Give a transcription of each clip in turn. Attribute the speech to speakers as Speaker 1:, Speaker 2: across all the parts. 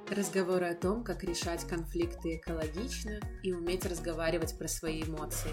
Speaker 1: Разговоры о том, как решать конфликты экологично и уметь разговаривать про свои эмоции.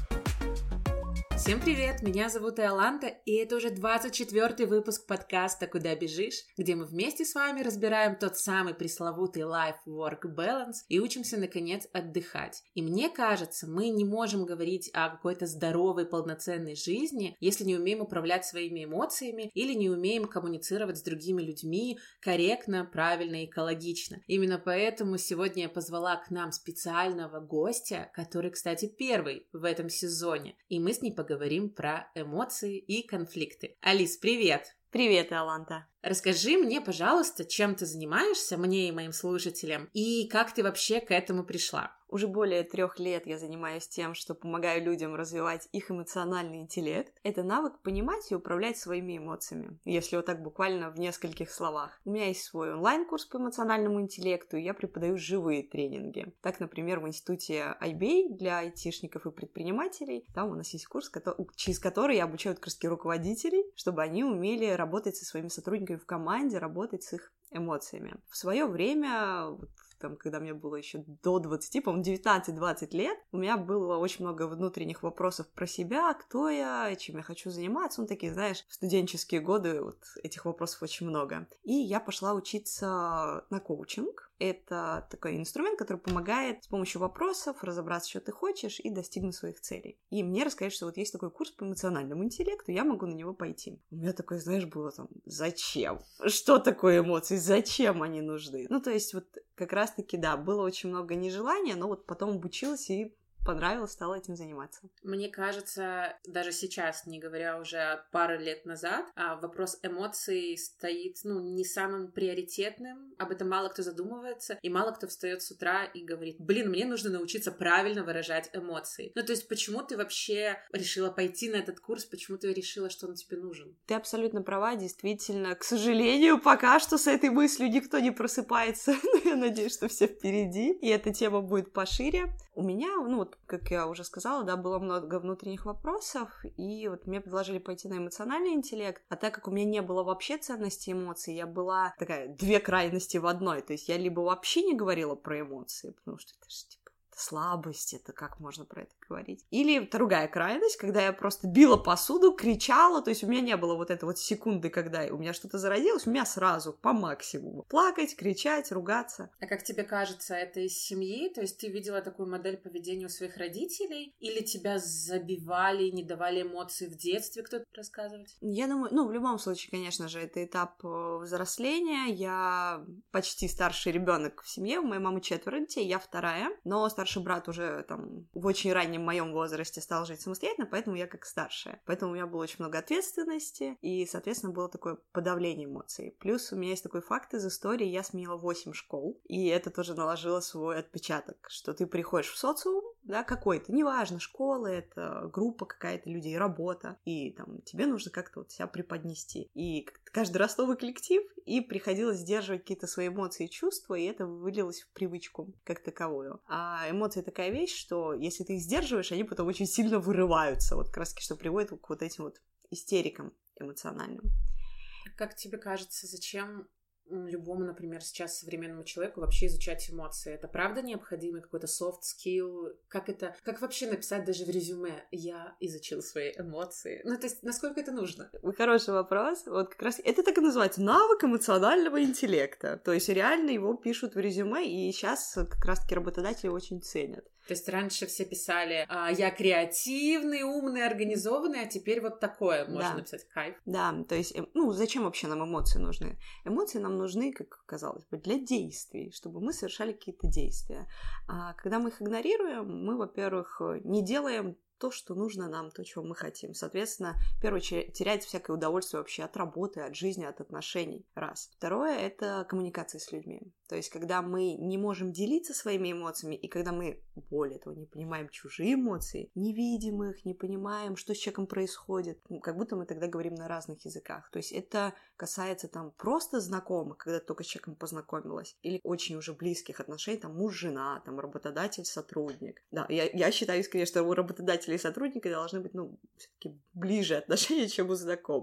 Speaker 1: Всем привет, меня зовут Иоланта, и это уже 24-й выпуск подкаста «Куда бежишь?», где мы вместе с вами разбираем тот самый пресловутый life-work balance и учимся, наконец, отдыхать. И мне кажется, мы не можем говорить о какой-то здоровой, полноценной жизни, если не умеем управлять своими эмоциями или не умеем коммуницировать с другими людьми корректно, правильно и экологично. Именно поэтому сегодня я позвала к нам специального гостя, который, кстати, первый в этом сезоне, и мы с ней поговорим про эмоции и конфликты. Алис, привет!
Speaker 2: Привет, Иоланта!
Speaker 1: Расскажи мне, пожалуйста, чем ты занимаешься, мне и моим слушателям, и как ты вообще к этому пришла?
Speaker 2: Уже более 3 лет я занимаюсь тем, что помогаю людям развивать их эмоциональный интеллект. Это навык понимать и управлять своими эмоциями, если вот так буквально в нескольких словах. У меня есть свой онлайн-курс по эмоциональному интеллекту, и я преподаю живые тренинги. Так, например, в институте IBA для айтишников и предпринимателей, там у нас есть курс, через который я обучаю как раз руководителей, чтобы они умели работать со своими сотрудниками в команде, работать с их эмоциями. В свое время, когда мне было еще до 20, по-моему, 19-20 лет, у меня было очень много внутренних вопросов про себя, кто я, чем я хочу заниматься. Такие, знаешь, в студенческие годы этих вопросов очень много. И я пошла учиться на коучинг. Это такой инструмент, который помогает с помощью вопросов разобраться, что ты хочешь, и достигнуть своих целей. И мне рассказали, что есть такой курс по эмоциональному интеллекту, я могу на него пойти. У меня такое, знаешь, было зачем? Что такое эмоции? Зачем они нужны? То есть как раз-таки, да, было очень много нежелания, но потом обучилась и понравилось, стала этим заниматься.
Speaker 1: Мне кажется, даже сейчас, не говоря уже пару лет назад, вопрос эмоций стоит, не самым приоритетным, об этом мало кто задумывается, и мало кто встает с утра и говорит: мне нужно научиться правильно выражать эмоции. То есть, почему ты вообще решила пойти на этот курс, почему ты решила, что он тебе нужен?
Speaker 2: Ты абсолютно права, действительно, к сожалению, пока что с этой мыслью никто не просыпается, но я надеюсь, что все впереди, и эта тема будет пошире. У меня, как я уже сказала, да, было много внутренних вопросов, и мне предложили пойти на эмоциональный интеллект, а так как у меня не было вообще ценности эмоций, я была такая 2 крайности в одной, то есть я либо вообще не говорила про эмоции, потому что это же слабость, это как можно про это говорить. Или другая крайность, когда я просто била посуду, кричала, то есть у меня не было этой секунды, когда у меня что-то зародилось, у меня сразу по максимуму. Плакать, кричать, ругаться.
Speaker 1: А как тебе кажется, это из семьи? То есть ты видела такую модель поведения у своих родителей? Или тебя забивали, не давали эмоций в детстве, кто-то рассказывать?
Speaker 2: Я думаю, в любом случае, конечно же, это этап взросления. Я почти старший ребенок в семье, у моей мамы 4 детей, я 2, но старший брат уже в очень раннем моем возрасте стал жить самостоятельно, поэтому я как старшая. Поэтому у меня было очень много ответственности, и, соответственно, было такое подавление эмоций. Плюс у меня есть такой факт из истории: я сменила 8 школ, и это тоже наложило свой отпечаток, что ты приходишь в социум, да, какой-то, неважно, школа, это группа какая-то людей, работа, и тебе нужно как-то себя преподнести. И каждый раз новый коллектив, и приходилось сдерживать какие-то свои эмоции и чувства, и это вылилось в привычку как таковую. А эмоции такая вещь, что если ты их сдерживаешь, они потом очень сильно вырываются, как раз таки, что приводит к этим истерикам эмоциональным.
Speaker 1: Как тебе кажется, зачем любому, например, сейчас современному человеку вообще изучать эмоции? Это правда необходимый какой-то soft skill? Как вообще написать даже в резюме: я изучил свои эмоции? То есть, насколько это нужно?
Speaker 2: Хороший вопрос. Как раз это так и называется: навык эмоционального интеллекта. То есть реально его пишут в резюме, и сейчас как раз-таки работодатели очень ценят.
Speaker 1: То есть раньше все писали: я креативный, умный, организованный, а теперь такое можно написать. Кайф.
Speaker 2: Да, то есть, зачем вообще нам эмоции нужны? Эмоции нам нужны, как казалось бы, для действий, чтобы мы совершали какие-то действия. А когда мы их игнорируем, мы, во-первых, не делаем то, что нужно нам, то, чего мы хотим. Соответственно, в первую очередь, теряется всякое удовольствие вообще от работы, от жизни, от отношений. Раз. Второе — это коммуникация с людьми. То есть, когда мы не можем делиться своими эмоциями, и когда мы, более того, не понимаем чужие эмоции, не видим их, не понимаем, что с человеком происходит, как будто мы тогда говорим на разных языках. То есть, это касается просто знакомых, когда ты только с человеком познакомилась, или очень уже близких отношений, муж-жена, работодатель-сотрудник. Да, я считаю искренне, что у работодателя и сотрудника должны быть, все-таки ближе отношения, чем у знакомых.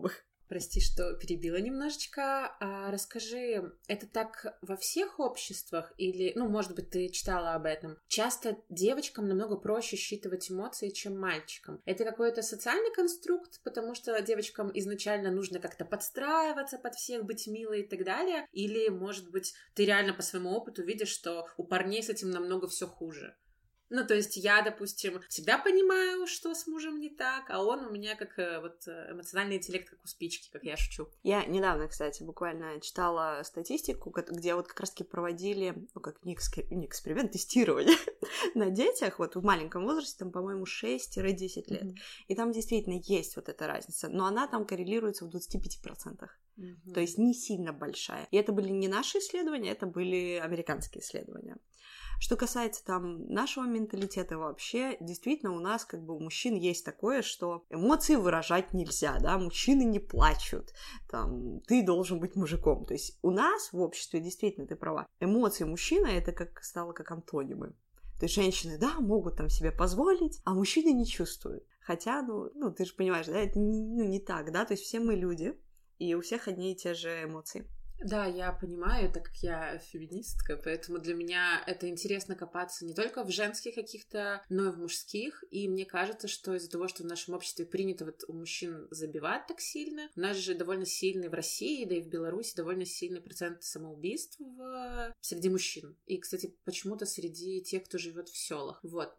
Speaker 1: Прости, что перебила немножечко. Расскажи, это так во всех обществах или, может быть, ты читала об этом? Часто девочкам намного проще считывать эмоции, чем мальчикам. Это какой-то социальный конструкт, потому что девочкам изначально нужно как-то подстраиваться под всех, быть милой и так далее? Или, может быть, ты реально по своему опыту видишь, что у парней с этим намного все хуже? То есть я, допустим, всегда понимаю, что с мужем не так, а он у меня как эмоциональный интеллект, как у спички, как я шучу.
Speaker 2: Я недавно, кстати, буквально читала статистику, где вот как раз-таки проводили, не эксперимент, тестирование на детях, вот в маленьком возрасте, там, по-моему, 6-10 лет. И там действительно есть вот эта разница, но она там коррелируется в 25%. То есть не сильно большая. И это были не наши исследования, это были американские исследования. Что касается там нашего менталитета вообще, действительно у нас у мужчин есть такое, что эмоции выражать нельзя, да, мужчины не плачут, там, ты должен быть мужиком. То есть у нас в обществе, действительно, ты права, эмоции мужчины это стало как антонимы. То есть женщины, да, могут там себе позволить, а мужчины не чувствуют. Хотя, ты же понимаешь, да, это не так, да, то есть все мы люди, и у всех одни и те же эмоции.
Speaker 1: Да, я понимаю, так как я феминистка, поэтому для меня это интересно копаться не только в женских каких-то, но и в мужских, и мне кажется, что из-за того, что в нашем обществе принято у мужчин забивать так сильно, у нас же довольно сильный в России, да и в Беларуси довольно сильный процент самоубийств среди мужчин, и, кстати, почему-то среди тех, кто живет в селах,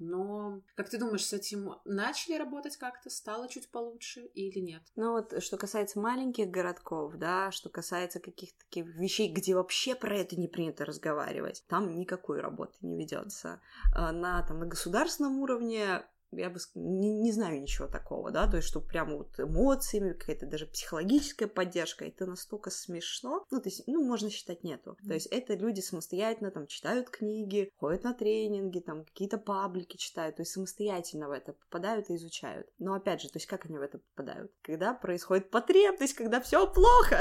Speaker 1: но как ты думаешь, с этим начали работать как-то, стало чуть получше или нет?
Speaker 2: Что касается маленьких городков, да, что касается каких-то таких вещей, где вообще про это не принято разговаривать, там никакой работы не ведется. На государственном уровне я бы не знаю ничего такого, да, то есть, что прямо вот эмоциями, какая-то даже психологическая поддержка, это настолько смешно, то есть, можно считать, нету. То есть, это люди самостоятельно там читают книги, ходят на тренинги, там какие-то паблики читают, то есть, самостоятельно в это попадают и изучают. Но, опять же, то есть, как они в это попадают? Когда происходит потребность, когда все плохо.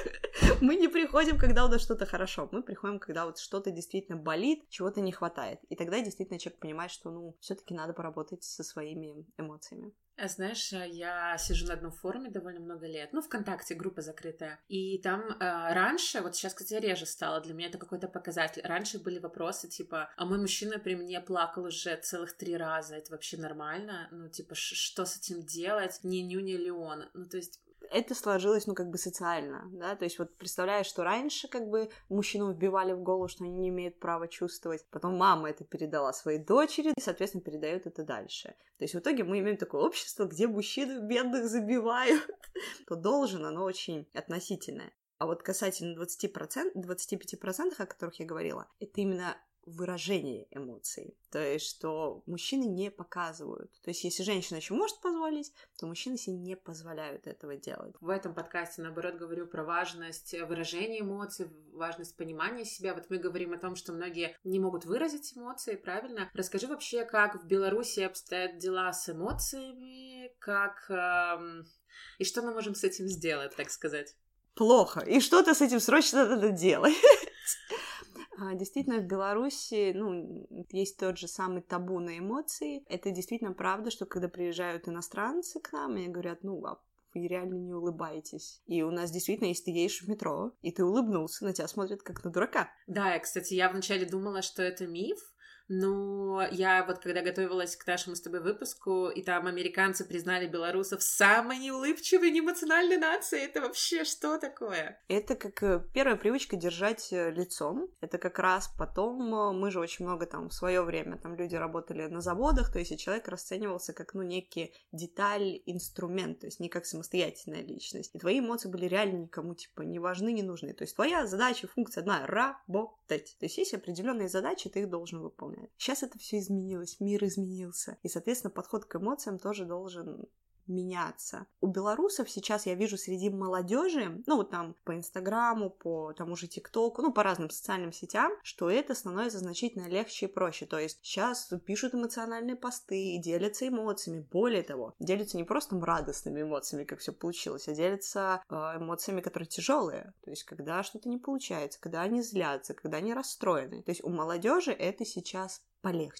Speaker 2: Мы не приходим, когда у нас что-то хорошо, мы приходим, когда вот что-то действительно болит, чего-то не хватает. И тогда действительно человек понимает, что, все-таки надо поработать со своими эмоциями.
Speaker 1: Знаешь, я сижу на одном форуме довольно много лет, ВКонтакте, группа закрытая, и там раньше, вот сейчас, кстати, реже стало, для меня это какой-то показатель, раньше были вопросы типа, а мой мужчина при мне плакал уже целых 3 раза, это вообще нормально? Что с этим делать? Не нюня ли он? То есть...
Speaker 2: Это сложилось, социально, да, то есть вот представляешь, что раньше мужчинам вбивали в голову, что они не имеют права чувствовать, потом мама это передала своей дочери и, соответственно, передает это дальше. То есть в итоге мы имеем такое общество, где мужчин бедных забивают. То должен, оно очень относительное. А вот касательно 25%, о которых я говорила, это именно выражение эмоций. То есть, что мужчины не показывают. То есть, если женщина еще может позволить, то мужчины себе не позволяют этого делать.
Speaker 1: В этом подкасте, наоборот, говорю про важность выражения эмоций, важность понимания себя. Вот мы говорим о том, что многие не могут выразить эмоции, правильно? Расскажи вообще, как в Беларуси обстоят дела с эмоциями, и что мы можем с этим сделать, так сказать?
Speaker 2: Плохо. И что-то с этим срочно надо делать. Действительно, в Беларуси, есть тот же самый табу на эмоции. Это действительно правда, что когда приезжают иностранцы к нам, они говорят, вы реально не улыбаетесь. И у нас действительно, если ты едешь в метро, и ты улыбнулся, на тебя смотрят как на дурака.
Speaker 1: Да, кстати, я вначале думала, что это миф, но я когда готовилась к нашему с тобой выпуску, и там американцы признали белорусов самой неулыбчивой, неэмоциональной нацией, это вообще что такое?
Speaker 2: Это как первая привычка держать лицом. Это как раз потом, мы же очень много в свое время, люди работали на заводах, то есть и человек расценивался как, некий деталь, инструмент, то есть не как самостоятельная личность. И твои эмоции были реально никому, не важны, не нужны. То есть твоя задача, функция одна — работать. То есть есть определенные задачи, ты их должен выполнять. Сейчас это все изменилось, мир изменился, и, соответственно, подход к эмоциям тоже должен меняться. У белорусов сейчас я вижу среди молодежи, по Инстаграму, по тому же ТикТоку, по разным социальным сетям, что это становится значительно легче и проще. То есть сейчас пишут эмоциональные посты и делятся эмоциями. Более того, делятся не просто радостными эмоциями, как все получилось, а делятся эмоциями, которые тяжелые. То есть когда что-то не получается, когда они злятся, когда они расстроены. То есть у молодежи это сейчас полегче.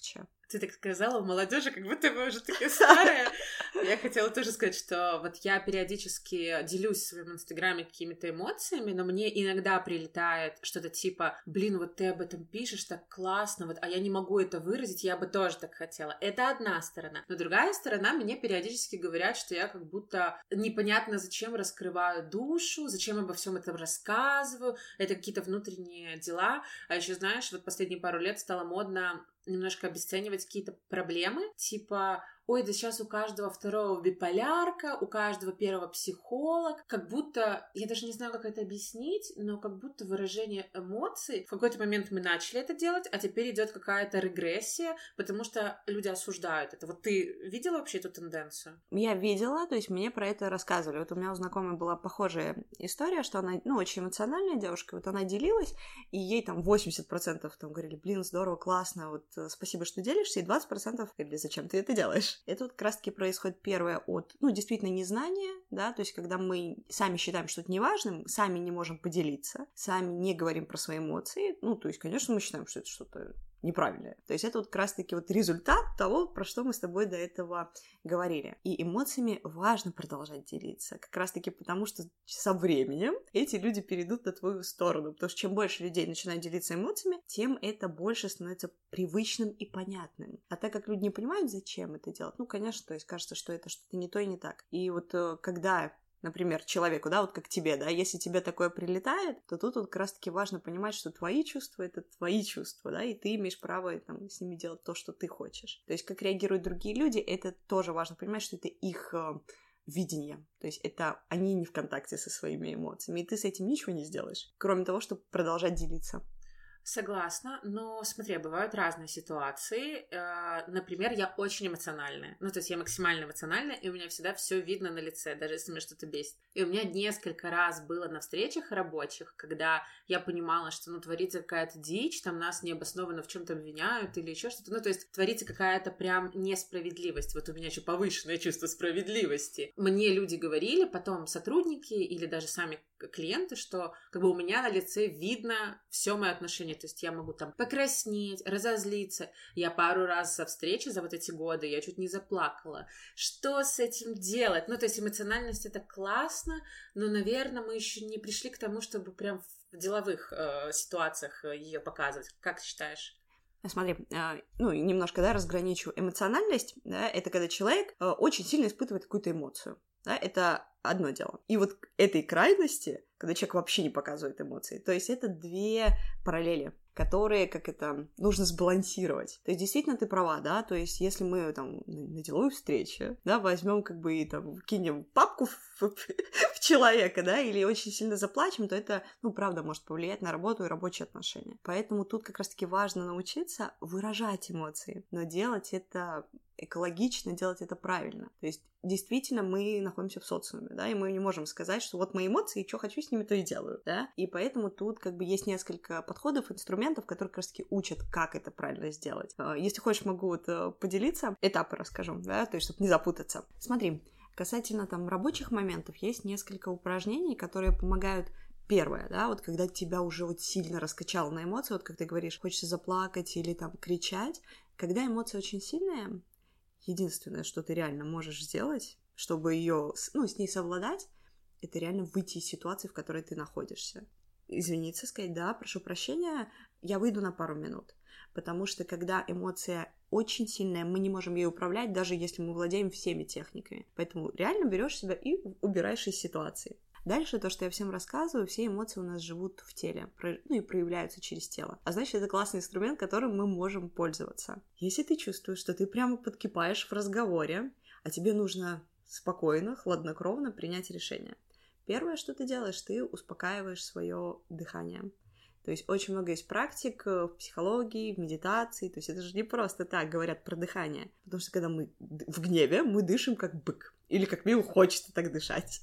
Speaker 1: Ты так сказала, у молодежи как будто мы уже такие старые. Я хотела тоже сказать, что вот я периодически делюсь в своем инстаграме какими-то эмоциями, но мне иногда прилетает что-то типа, блин, вот ты об этом пишешь так классно, вот, а я не могу это выразить, я бы тоже так хотела. Это одна сторона. Но другая сторона, мне периодически говорят, что я как будто непонятно зачем раскрываю душу, зачем обо всем этом рассказываю, это какие-то внутренние дела. А еще, знаешь, вот последние пару лет стало модно немножко обесценивать какие-то проблемы, типа, ой, да сейчас у каждого второго биполярка, у каждого первого психолог, как будто, я даже не знаю, как это объяснить, но как будто выражение эмоций, в какой-то момент мы начали это делать, а теперь идет какая-то регрессия, потому что люди осуждают это. Вот ты видела вообще эту тенденцию?
Speaker 2: Я видела, то есть мне про это рассказывали. Вот у меня у знакомой была похожая история, что она, очень эмоциональная девушка, вот она делилась, и ей там 80% там говорили, блин, здорово, классно, вот спасибо, что делишься, и 20% говорили, зачем ты это делаешь? Это вот как раз-таки происходит первое от, действительно, незнания, да, то есть когда мы сами считаем что-то неважным, сами не можем поделиться, сами не говорим про свои эмоции, то есть, конечно, мы считаем, что это что-то неправильное. То есть это вот как раз-таки вот результат того, про что мы с тобой до этого говорили. И эмоциями важно продолжать делиться. Как раз-таки потому, что со временем эти люди перейдут на твою сторону. Потому что чем больше людей начинают делиться эмоциями, тем это больше становится привычным и понятным. А так как люди не понимают, зачем это делать, конечно, то есть кажется, что это что-то не то и не так. И вот когда... Например, человеку, да, вот как тебе, да, если тебе такое прилетает, то тут вот как раз-таки важно понимать, что твои чувства — это твои чувства, да, и ты имеешь право там с ними делать то, что ты хочешь. То есть как реагируют другие люди, это тоже важно понимать, что это их видение. То есть это они не в контакте со своими эмоциями, и ты с этим ничего не сделаешь, кроме того, чтобы продолжать делиться.
Speaker 1: Согласна, но смотри, бывают разные ситуации. Например, я очень эмоциональная. То есть я максимально эмоциональная, и у меня всегда все видно на лице, даже если меня что-то бесит. И у меня несколько раз было на встречах рабочих, когда я понимала, что, творится какая-то дичь, там нас необоснованно в чем-то обвиняют или еще что-то. То есть творится какая-то прям несправедливость. Вот у меня еще повышенное чувство справедливости. Мне люди говорили, потом сотрудники или даже сами клиенты, что как бы у меня на лице видно все мое отношение. То есть я могу там покраснеть, разозлиться. Я пару раз со встречи за вот эти годы, я чуть не заплакала. Что с этим делать? То есть эмоциональность — это классно, но, наверное, мы еще не пришли к тому, чтобы прям в деловых ситуациях ее показывать. Как ты считаешь?
Speaker 2: Смотри, немножко, да, разграничу. Эмоциональность, да, это когда человек очень сильно испытывает какую-то эмоцию. Да, это одно дело. И вот этой крайности, когда человек вообще не показывает эмоции, то есть это две параллели, которые, нужно сбалансировать. То есть действительно ты права, да, то есть если мы там на деловой встрече, да, возьмем и там кинем папку в человека, да, или очень сильно заплачем, то это, правда, может повлиять на работу и рабочие отношения. Поэтому тут как раз-таки важно научиться выражать эмоции, но делать это экологично, делать это правильно. То есть действительно мы находимся в социуме, да, и мы не можем сказать, что вот мои эмоции, что хочу с ними, то и делаю, да, и поэтому тут есть несколько подходов, инструментов, которые как раз-таки учат, как это правильно сделать. Если хочешь, могу поделиться, этапы расскажу, да, то есть чтобы не запутаться. Смотри, касательно там рабочих моментов, есть несколько упражнений, которые помогают. Первое, да, вот когда тебя уже сильно раскачало на эмоции, вот как ты говоришь, хочется заплакать или там кричать, когда эмоция очень сильная, единственное, что ты реально можешь сделать, чтобы ее, с ней совладать, это реально выйти из ситуации, в которой ты находишься. Извиниться, сказать, да, прошу прощения, я выйду на пару минут. Потому что когда эмоция очень сильная, мы не можем ей управлять, даже если мы владеем всеми техниками. Поэтому реально берешь себя и убираешь из ситуации. Дальше то, что я всем рассказываю, все эмоции у нас живут в теле, и проявляются через тело. А значит, это классный инструмент, которым мы можем пользоваться. Если ты чувствуешь, что ты прямо подкипаешь в разговоре, а тебе нужно спокойно, хладнокровно принять решение. Первое, что ты делаешь, ты успокаиваешь свое дыхание. То есть очень много есть практик в психологии, в медитации. То есть это же не просто так говорят про дыхание. Потому что когда мы в гневе, мы дышим как бык. Или как минимум хочется так дышать.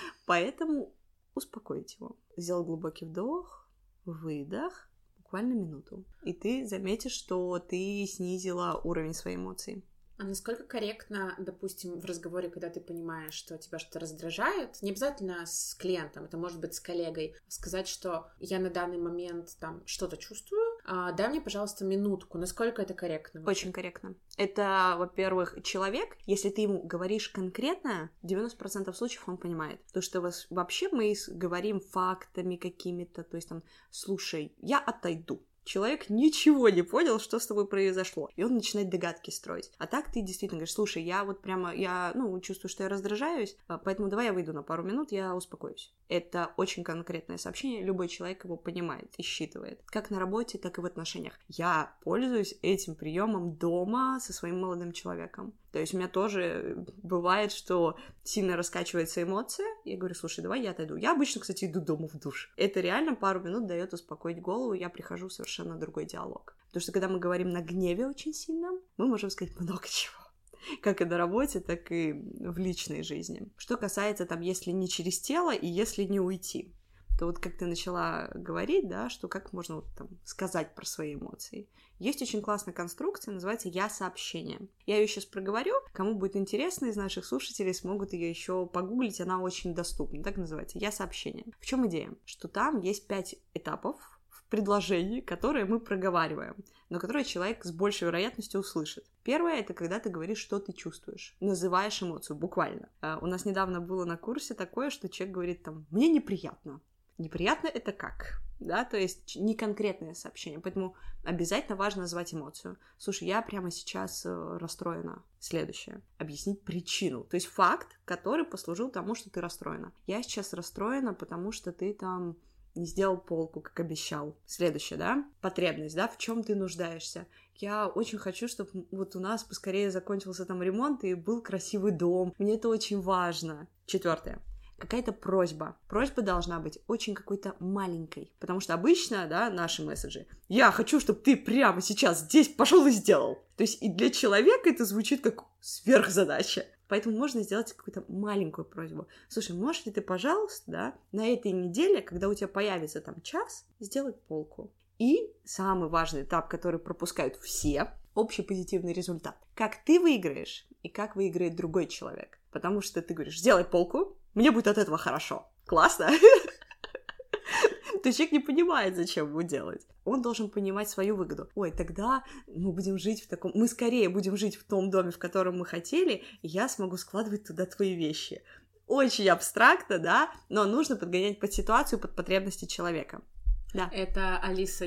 Speaker 2: Поэтому успокоить его. Сделать глубокий вдох, выдох, буквально минуту. И ты заметишь, что ты снизила уровень своей эмоций.
Speaker 1: А насколько корректно, допустим, в разговоре, когда ты понимаешь, что тебя что-то раздражает, не обязательно с клиентом, это может быть с коллегой, сказать, что я на данный момент там что-то чувствую, дай мне, пожалуйста, минутку. Насколько это корректно?
Speaker 2: Очень корректно. Это, во-первых, человек, если ты ему говоришь конкретно, 90% случаев он понимает. Потому что вообще мы говорим фактами какими-то, то есть там, слушай, я отойду. Человек ничего не понял, что с тобой произошло, и он начинает догадки строить. А так ты действительно говоришь, слушай, я чувствую, что я раздражаюсь, поэтому давай я выйду на пару минут, я успокоюсь. Это очень конкретное сообщение, любой человек его понимает и считывает. Как на работе, так и в отношениях. Я пользуюсь этим приемом дома со своим молодым человеком. То есть у меня тоже бывает, что сильно раскачивается эмоция. Я говорю, слушай, давай я отойду. Я обычно, кстати, иду дома в душ. Это реально пару минут дает успокоить голову, я прихожу в совершенно другой диалог. Потому что когда мы говорим на гневе очень сильно, мы можем сказать много чего. Как и на работе, так и в личной жизни. Что касается там, если не через тело и если не уйти. То вот как ты начала говорить, да, что как можно вот, там, сказать про свои эмоции. Есть очень классная конструкция, называется «Я-сообщение». Я ее сейчас проговорю, кому будет интересно из наших слушателей, смогут ее еще погуглить, она очень доступна, так называется «Я-сообщение». В чем идея? Что там есть 5 этапов в предложении, которые мы проговариваем, но которые человек с большей вероятностью услышит. Первое — это когда ты говоришь, что ты чувствуешь, называешь эмоцию, буквально. У нас недавно было на курсе такое, что человек говорит там «мне неприятно». Неприятно — это как? Да, то есть не конкретное сообщение, поэтому обязательно важно назвать эмоцию. Слушай, я прямо сейчас расстроена. Следующее. Объяснить причину. То есть факт, который послужил тому, что ты расстроена. Я сейчас расстроена, потому что ты там не сделал полку, как обещал. Следующее, да? Потребность, да? В чем ты нуждаешься? Я очень хочу, чтобы вот у нас поскорее закончился там ремонт и был красивый дом. Мне это очень важно. Четвертое. Какая-то просьба. Просьба должна быть очень какой-то маленькой. Потому что обычно, да, наши месседжи: я хочу, чтобы ты прямо сейчас здесь пошел и сделал. То есть и для человека это звучит как сверхзадача. Поэтому можно сделать какую-то маленькую просьбу. Слушай, можешь ли ты, пожалуйста, да, на этой неделе, когда у тебя появится там час, сделать полку? И самый важный этап, который пропускают все, общий позитивный результат. Как ты выиграешь и как выиграет другой человек. Потому что ты говоришь: сделай полку, мне будет от этого хорошо. Классно? То есть человек не понимает, зачем ему делать. Он должен понимать свою выгоду. Ой, тогда мы скорее будем жить в том доме, в котором мы хотели, и я смогу складывать туда твои вещи. Очень абстрактно, да, но нужно подгонять под ситуацию, под потребности человека. Да.
Speaker 1: Это Алиса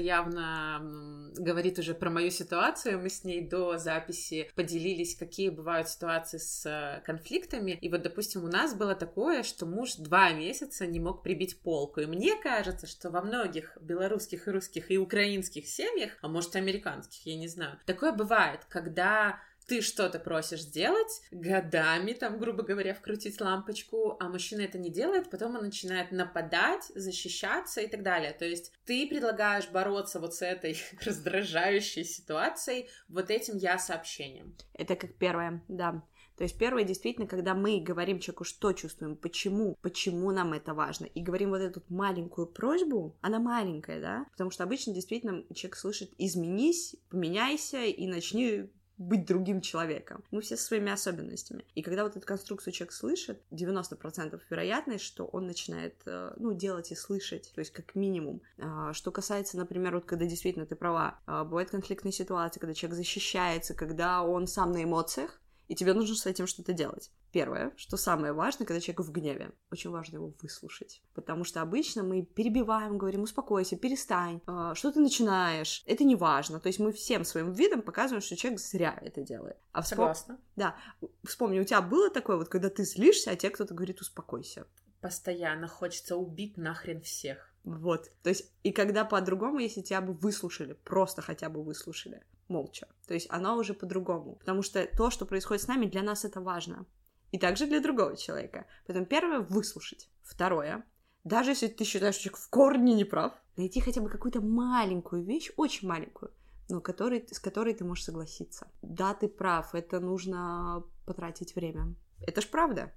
Speaker 1: явно говорит уже про мою ситуацию. Мы с ней до записи поделились, какие бывают ситуации с конфликтами. И вот, допустим, у нас было такое, что муж 2 месяца не мог прибить полку. И мне кажется, что во многих белорусских и русских и украинских семьях, а может и американских, я не знаю, такое бывает, когда ты что-то просишь сделать, годами, там, грубо говоря, вкрутить лампочку, а мужчина это не делает, потом он начинает нападать, защищаться и так далее. То есть ты предлагаешь бороться вот с этой раздражающей ситуацией вот этим «я-сообщением».
Speaker 2: Это как первое, да. То есть первое, действительно, когда мы говорим человеку, что чувствуем, почему нам это важно, и говорим вот эту маленькую просьбу, она маленькая, да, потому что обычно действительно человек слышит: изменись, поменяйся и начни быть другим человеком. Мы все со своими особенностями. И когда вот эту конструкцию человек слышит, 90% вероятность, что он начинает, делать и слышать, то есть как минимум. Что касается, например, вот когда действительно ты права, бывают конфликтные ситуации, когда человек защищается, когда он сам на эмоциях, и тебе нужно с этим что-то делать. Первое, что самое важное, когда человек в гневе, очень важно его выслушать. Потому что обычно мы перебиваем, говорим: успокойся, перестань, что ты начинаешь, это не важно. То есть мы всем своим видом показываем, что человек зря это делает.
Speaker 1: Согласна.
Speaker 2: Да. Вспомни, у тебя было такое, вот когда ты злишься, а тебе кто-то говорит: успокойся.
Speaker 1: Постоянно хочется убить нахрен всех.
Speaker 2: Вот. То есть, и когда по-другому, если тебя бы выслушали, просто хотя бы выслушали, молча. То есть оно уже по-другому. Потому что то, что происходит с нами, для нас это важно. И также для другого человека. Поэтому первое — выслушать. Второе, даже если ты считаешь, что человек в корне не прав, найти хотя бы какую-то маленькую вещь, очень маленькую, но с которой ты можешь согласиться. Да, ты прав, это нужно потратить время. Это ж правда,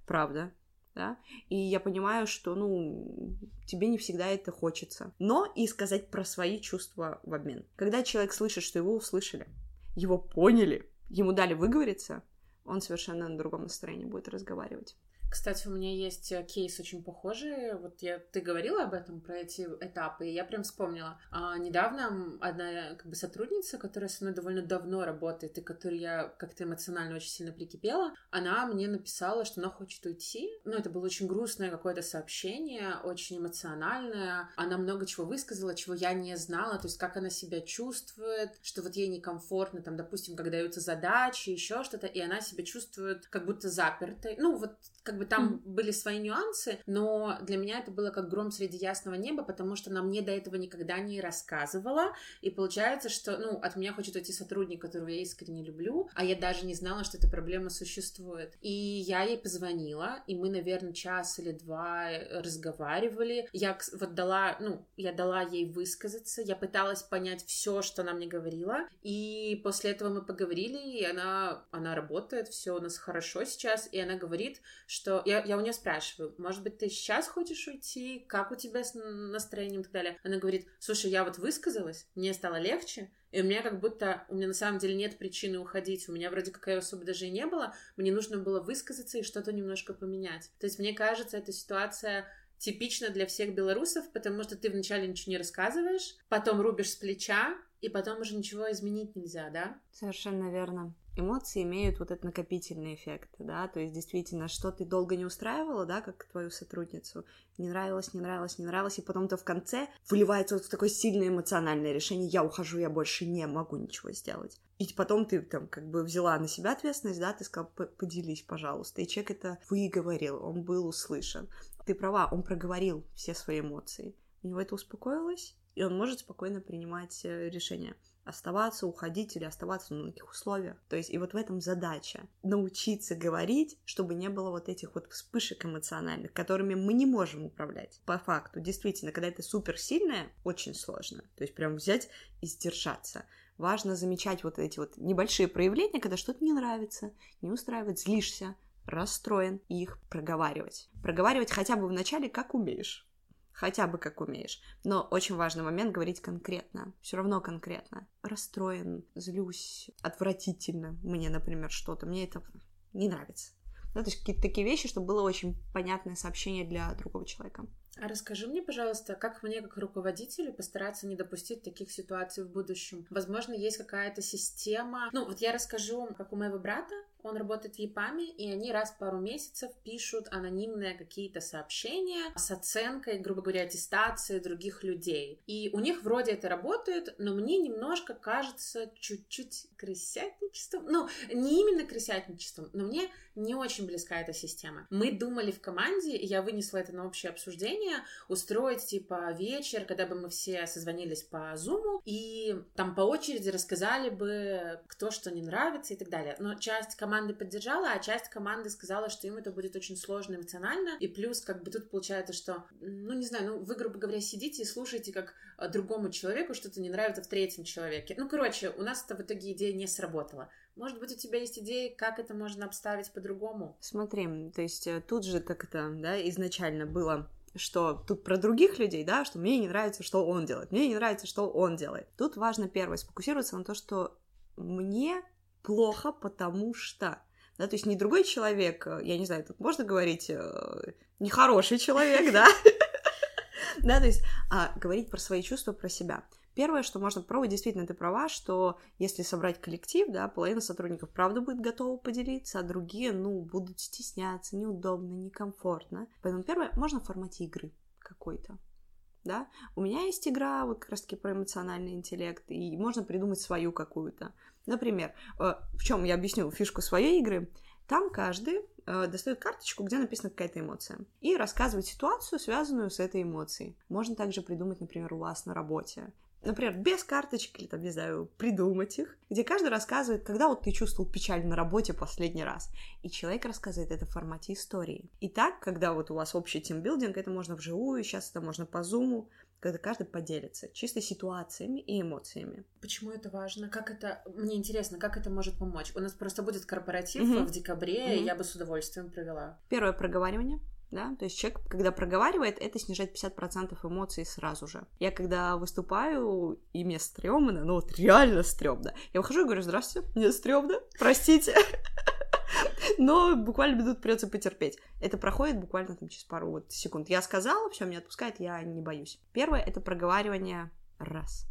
Speaker 2: да? И я понимаю, что, тебе не всегда это хочется. Но и сказать про свои чувства в обмен. Когда человек слышит, что его услышали, его поняли, ему дали выговориться, он совершенно на другом настроении будет разговаривать.
Speaker 1: Кстати, у меня есть кейс очень похожий. Вот ты говорила об этом, про эти этапы, и я прям вспомнила. Недавно одна сотрудница, которая со мной довольно давно работает, и которой я как-то эмоционально очень сильно прикипела, она мне написала, что она хочет уйти. Это было очень грустное какое-то сообщение, очень эмоциональное. Она много чего высказала, чего я не знала, то есть как она себя чувствует, что вот ей некомфортно, там, допустим, как даются задачи, еще что-то, и она себя чувствует как будто запертой. Там были свои нюансы, но для меня это было как гром среди ясного неба, потому что она мне до этого никогда не рассказывала, и получается, что, от меня хочет уйти сотрудник, которого я искренне люблю, а я даже не знала, что эта проблема существует. И я ей позвонила, и мы, наверное, час или два разговаривали. Я дала ей высказаться, я пыталась понять все, что она мне говорила, и после этого мы поговорили, и она работает, все у нас хорошо сейчас, и она говорит, что я у нее спрашиваю, может быть, ты сейчас хочешь уйти, как у тебя с настроением и так далее. Она говорит, слушай, я вот высказалась, мне стало легче, и у меня на самом деле нет причины уходить, у меня вроде как ее особо даже и не было, мне нужно было высказаться и что-то немножко поменять. То есть мне кажется, эта ситуация типична для всех белорусов, потому что ты вначале ничего не рассказываешь, потом рубишь с плеча, и потом уже ничего изменить нельзя, да?
Speaker 2: Совершенно верно. Эмоции имеют вот этот накопительный эффект, да, то есть действительно, что ты долго не устраивала, да, как твою сотрудницу, не нравилось, и потом-то в конце выливается вот в такое сильное эмоциональное решение, я ухожу, я больше не могу ничего сделать. И потом ты там взяла на себя ответственность, да, ты сказала, поделись, пожалуйста, и человек это выговорил, он был услышан. Ты права, он проговорил все свои эмоции, у него это успокоилось, и он может спокойно принимать решения. Оставаться, уходить или оставаться на каких условиях. То есть и вот в этом задача. Научиться говорить, чтобы не было вот этих вот вспышек эмоциональных, которыми мы не можем управлять. По факту, действительно, когда это суперсильное, очень сложно. То есть прям взять и сдержаться. Важно замечать вот эти вот небольшие проявления, когда что-то не нравится, не устраивает, злишься, расстроен, и их проговаривать. Проговаривать хотя бы в начале, как умеешь. Хотя бы как умеешь. Но очень важный момент говорить конкретно. Все равно конкретно. Расстроен, злюсь, отвратительно. Мне, например, что-то. Мне это не нравится. Да, то есть какие-то такие вещи, чтобы было очень понятное сообщение для другого человека.
Speaker 1: А расскажи мне, пожалуйста, как мне, как руководителю, постараться не допустить таких ситуаций в будущем? Возможно, есть какая-то система... я расскажу, как у моего брата. Он работает в ЕПАМе, и они раз в пару месяцев пишут анонимные какие-то сообщения с оценкой, грубо говоря, аттестации других людей. И у них вроде это работает, но мне немножко кажется чуть-чуть крысятничеством. Не именно крысятничеством, но мне не очень близка эта система. Мы думали в команде, и я вынесла это на общее обсуждение, устроить вечер, когда бы мы все созвонились по Zoom, и там по очереди рассказали бы, кто что не нравится и так далее. Но часть команды поддержала, а часть команды сказала, что им это будет очень сложно эмоционально, и плюс тут получается, что, вы, грубо говоря, сидите и слушаете, как другому человеку что-то не нравится в третьем человеке. У нас это в итоге идея не сработала. Может быть, у тебя есть идеи, как это можно обставить по-другому?
Speaker 2: Смотри, то есть тут же как это, да, изначально было, что тут про других людей, да, что мне не нравится, что он делает, мне не нравится, что он делает. Тут важно первое сфокусироваться на то, что мне плохо, потому что, да, то есть не другой человек, я не знаю, тут можно говорить нехороший человек, да, да, то есть говорить про свои чувства, про себя. Первое, что можно попробовать, действительно, ты права, что если собрать коллектив, да, половина сотрудников правда будет готова поделиться, а другие, будут стесняться, неудобно, некомфортно. Поэтому первое, можно в формате игры какой-то, да. У меня есть игра, вот как раз-таки про эмоциональный интеллект, и можно придумать свою какую-то. Например, в чем я объясню фишку своей игры, там каждый достает карточку, где написана какая-то эмоция, и рассказывает ситуацию, связанную с этой эмоцией. Можно также придумать, например, у вас на работе. Например, без карточек или, там, не знаю, придумать их, где каждый рассказывает, когда вот ты чувствовал печаль на работе последний раз. И человек рассказывает это в формате истории. И так, когда вот у вас общий тимбилдинг, это можно вживую, сейчас это можно по зуму, когда каждый поделится чисто ситуациями и эмоциями.
Speaker 1: Почему это важно? Мне интересно, как это может помочь? У нас просто будет корпоратив в декабре, и я бы с удовольствием провела.
Speaker 2: Первое проговаривание. да, то есть человек, когда проговаривает, это снижает 50% эмоций сразу же. Я когда выступаю, и мне стрёмно, ну вот реально стрёмно, я выхожу и говорю: здравствуйте, мне стрёмно, простите, но буквально минут придется потерпеть. Это проходит буквально там через пару вот секунд. Я сказала, все, меня отпускает, я не боюсь. Первое — это проговаривание раз.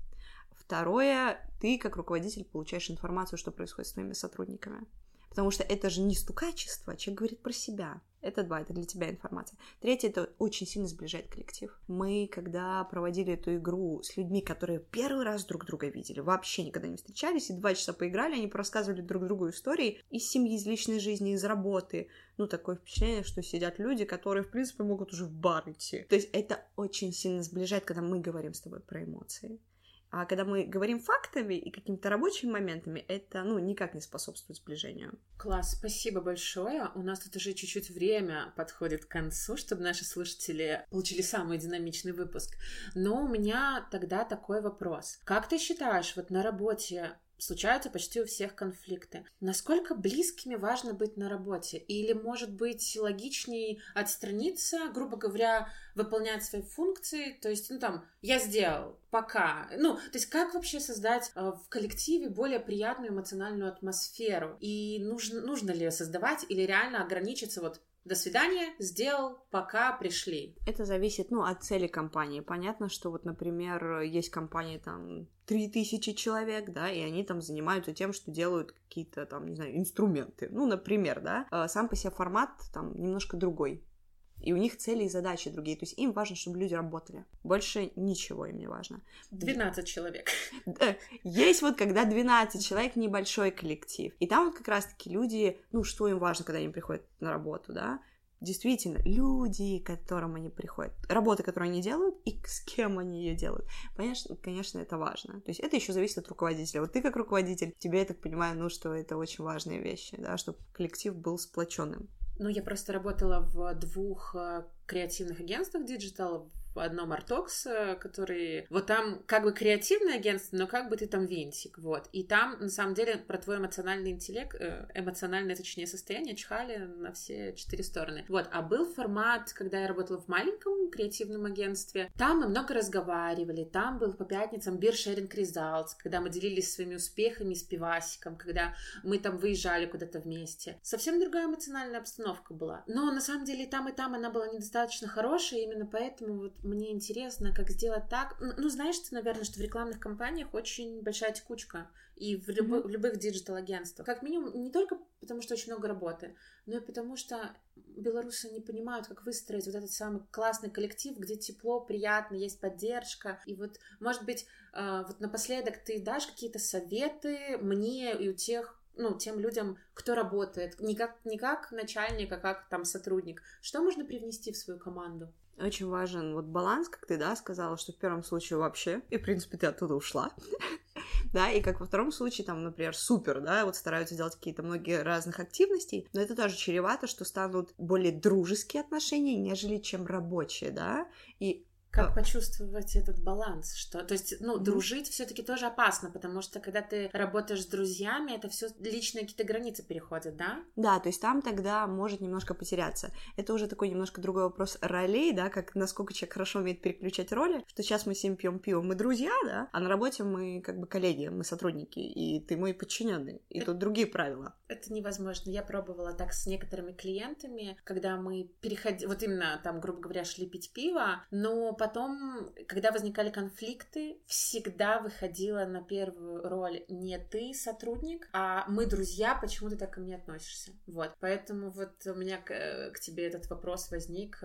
Speaker 2: Второе, ты как руководитель получаешь информацию, что происходит с твоими сотрудниками. Потому что это же не стукачество, человек говорит про себя. Это два, это для тебя информация. Третье, это очень сильно сближает коллектив. Мы, когда проводили эту игру с людьми, которые первый раз друг друга видели, вообще никогда не встречались, и 2 часа поиграли, они рассказывали друг другу истории из семьи, из личной жизни, из работы. Ну, такое впечатление, что сидят люди, которые, в принципе, могут уже в бар идти. То есть это очень сильно сближает, когда мы говорим с тобой про эмоции. А когда мы говорим фактами и какими-то рабочими моментами, это, ну, никак не способствует сближению.
Speaker 1: Класс, спасибо большое. У нас тут уже чуть-чуть время подходит к концу, чтобы наши слушатели получили самый динамичный выпуск. Но у меня тогда такой вопрос. Как ты считаешь, вот на работе случаются почти у всех конфликты. Насколько близкими важно быть на работе? Или, может быть, логичнее отстраниться, грубо говоря, выполнять свои функции? То есть, ну, там, я сделал, пока. Ну, то есть, как вообще создать в коллективе более приятную эмоциональную атмосферу? И нужно ли ее создавать, или реально ограничиться вот до свидания, сделал, пока пришли?
Speaker 2: Это зависит, ну, от цели компании. Понятно, что вот, например, есть компании там 3000 человек, да, и они там занимаются тем, что делают какие-то там, не знаю, инструменты. Ну, например, да, сам по себе формат там немножко другой. И у них цели и задачи другие. То есть им важно, чтобы люди работали. Больше ничего им не важно.
Speaker 1: 12 человек.
Speaker 2: Есть вот когда 12 человек, небольшой коллектив. И там вот как раз-таки люди, ну, что им важно, когда они приходят на работу, да? Действительно, люди, к которым они приходят, работы, которые они делают, и с кем они ее делают. Конечно, это важно. То есть это еще зависит от руководителя. Вот ты как руководитель, тебе, я так понимаю, ну, что это очень важные вещи, да, чтобы коллектив был сплоченным.
Speaker 1: Ну, я просто работала в 2 креативных агентствах диджитал, в одном Artox, который... Вот там как бы креативное агентство, но как бы ты там винтик, вот. И там, на самом деле, про твой эмоциональный интеллект, эмоциональное, точнее, состояние чхали на все 4 стороны. Вот. А был формат, когда я работала в маленьком креативном агентстве, там мы много разговаривали, там был по пятницам beer sharing results, когда мы делились своими успехами с пивасиком, когда мы там выезжали куда-то вместе. Совсем другая эмоциональная обстановка была. Но, на самом деле, и там она была недостаточно хорошая, и именно поэтому вот мне интересно, как сделать так. Ну, знаешь ты, наверное, что в рекламных кампаниях очень большая текучка. И в любых диджитал-агентствах. Как минимум, не только потому, что очень много работы, но и потому, что белорусы не понимают, как выстроить вот этот самый классный коллектив, где тепло, приятно, есть поддержка. И вот, может быть, вот напоследок ты дашь какие-то советы мне и у тех, ну, тем людям, кто работает, не как начальник, а как там сотрудник. Что можно привнести в свою команду?
Speaker 2: Очень важен вот баланс, как ты, да, сказала, что в первом случае вообще, и, в принципе, ты оттуда ушла, да, и как во втором случае, там, например, супер, да, вот стараются делать какие-то многие разных активностей, но это тоже чревато, что станут более дружеские отношения, нежели чем рабочие, да, и
Speaker 1: как почувствовать этот баланс? Что... То есть, ну, дружить все-таки тоже опасно, потому что когда ты работаешь с друзьями, это все личные какие-то границы переходят, да?
Speaker 2: Да, то есть там тогда может немножко потеряться. Это уже такой немножко другой вопрос ролей, да, как насколько человек хорошо умеет переключать роли, что сейчас мы с ним пьем пиво, мы друзья, да, а на работе мы как бы коллеги, мы сотрудники, и ты мой подчиненный, и тут другие правила.
Speaker 1: Это невозможно. Я пробовала так с некоторыми клиентами, когда мы переходили, вот именно там, грубо говоря, шли пить пиво, но потом, когда возникали конфликты, всегда выходила на первую роль не ты, сотрудник, а мы друзья, почему ты так ко мне относишься? Вот. Поэтому вот у меня к тебе этот вопрос возник.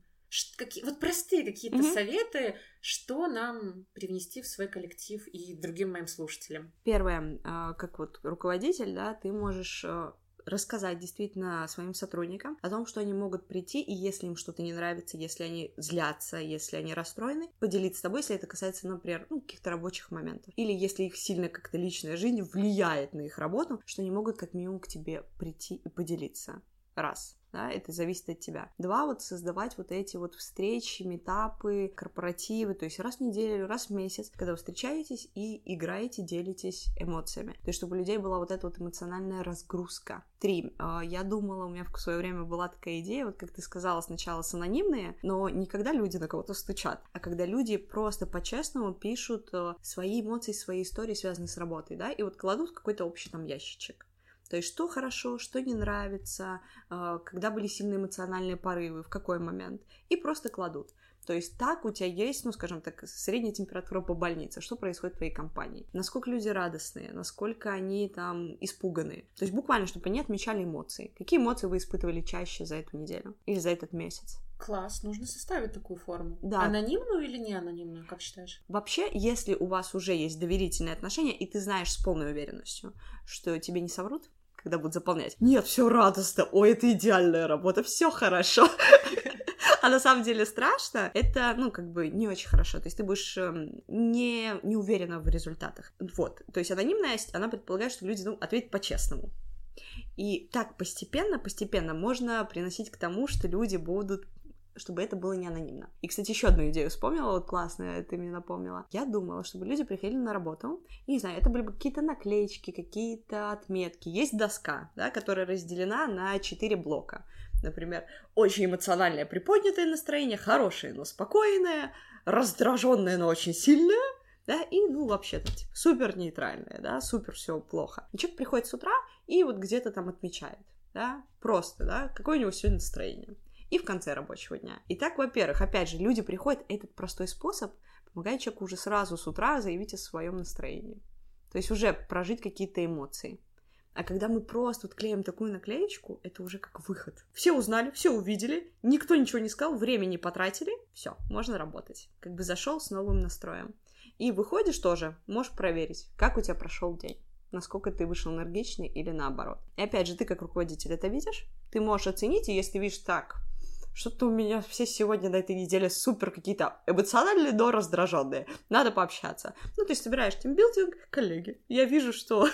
Speaker 1: Вот простые какие-то советы, что нам привнести в свой коллектив и другим моим слушателям.
Speaker 2: Первое, как вот руководитель, да, ты можешь рассказать действительно своим сотрудникам о том, что они могут прийти, и если им что-то не нравится, если они злятся, если они расстроены, поделиться с тобой, если это касается, например, каких-то рабочих моментов. Или если их сильно как-то личная жизнь влияет на их работу, что они могут как минимум к тебе прийти и поделиться. Раз. Да, это зависит от тебя. 2, вот создавать вот эти вот встречи, митапы, корпоративы, то есть раз в неделю, раз в месяц, когда вы встречаетесь и играете, делитесь эмоциями. То есть чтобы у людей была вот эта вот эмоциональная разгрузка. 3. Я думала, у меня в свое время была такая идея, вот как ты сказала, сначала с анонимные, но не когда люди на кого-то стучат, а когда люди просто по-честному пишут свои эмоции, свои истории, связанные с работой, да, и вот кладут в какой-то общий там ящичек. То есть, что хорошо, что не нравится, когда были сильные эмоциональные порывы, в какой момент. И просто кладут. То есть, так у тебя есть, ну, скажем так, средняя температура по больнице. Что происходит в твоей компании? Насколько люди радостные, насколько они там испуганные. То есть, буквально, чтобы они отмечали эмоции. Какие эмоции вы испытывали чаще за эту неделю или за этот месяц?
Speaker 1: Класс, нужно составить такую форму.
Speaker 2: Да.
Speaker 1: Анонимную или не анонимную, как считаешь?
Speaker 2: Вообще, если у вас уже есть доверительные отношения, и ты знаешь с полной уверенностью, что тебе не соврут, когда будут заполнять. Нет, все радостно, ой, это идеальная работа, все хорошо. А на самом деле страшно, это, ну, как бы не очень хорошо. То есть ты будешь не уверена в результатах. Вот. То есть анонимность, она предполагает, что люди, ну, ответят по-честному. И так постепенно можно приносить к тому, что люди будут, чтобы это было не анонимно. И, кстати, еще одну идею вспомнила, вот классная, ты мне напомнила. Я думала, чтобы люди приходили на работу, и, не знаю, это были бы какие-то наклеечки, какие-то отметки. Есть доска, да, которая разделена на 4 блока. Например, очень эмоциональное приподнятое настроение, хорошее, но спокойное, раздраженное, но очень сильное, да, и, ну, вообще-то, типа, супер нейтральное, да, супер все плохо. И человек приходит с утра и вот где-то там отмечает, да, просто, да, какое у него сегодня настроение. И в конце рабочего дня. Итак, во-первых, опять же, люди приходят, этот простой способ помогает человеку уже сразу с утра заявить о своем настроении. То есть уже прожить какие-то эмоции. А когда мы просто вот клеим такую наклеечку, это уже как выход. Все узнали, все увидели, никто ничего не сказал, времени потратили, все, можно работать. Как бы зашел с новым настроем. И выходишь тоже, можешь проверить, как у тебя прошел день. Насколько ты вышел энергичный или наоборот. И опять же, ты как руководитель это видишь, ты можешь оценить, и если видишь так, что-то у меня все сегодня на этой неделе супер какие-то эмоциональные, но раздраженные. Надо пообщаться. Ну, ты собираешь тимбилдинг, коллеги. Я вижу, что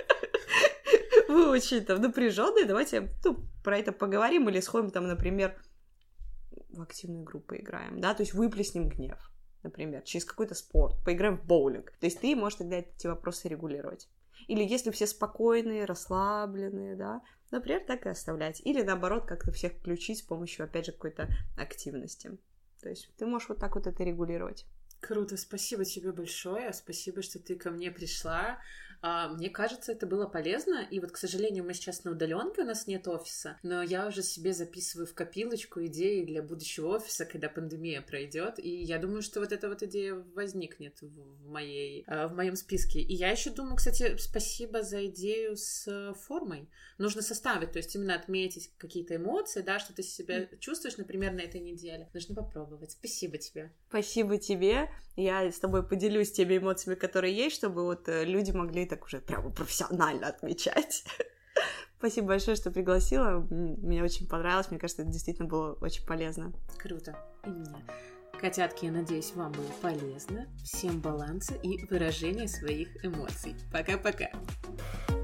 Speaker 2: вы очень там напряженные. Давайте про это поговорим или сходим там, например, в активную игру поиграем, да, то есть выплеснем гнев, например, через какой-то спорт, поиграем в боулинг. То есть ты можешь тогда эти вопросы регулировать. Или если все спокойные, расслабленные, да, например, так и оставлять. Или, наоборот, как-то всех включить с помощью, опять же, какой-то активности. То есть ты можешь вот так вот это регулировать.
Speaker 1: Круто, спасибо тебе большое, спасибо, что ты ко мне пришла. Мне кажется, это было полезно, и вот, к сожалению, мы сейчас на удаленке, у нас нет офиса, но я уже себе записываю в копилочку идеи для будущего офиса, когда пандемия пройдет, и я думаю, что вот эта вот идея возникнет в моем списке. И я еще думаю, кстати, спасибо за идею с формой. Нужно составить, то есть именно отметить какие-то эмоции, да, что ты себя чувствуешь, например, на этой неделе. Нужно попробовать. Спасибо тебе.
Speaker 2: Спасибо тебе. Я с тобой поделюсь теми эмоциями, которые есть, чтобы вот люди могли так уже прямо профессионально отмечать. Спасибо большое, что пригласила. Мне очень понравилось. Мне кажется, это действительно было очень полезно.
Speaker 1: Круто. И мне. Котятки, я надеюсь, вам было полезно. Всем баланса и выражения своих эмоций. Пока-пока.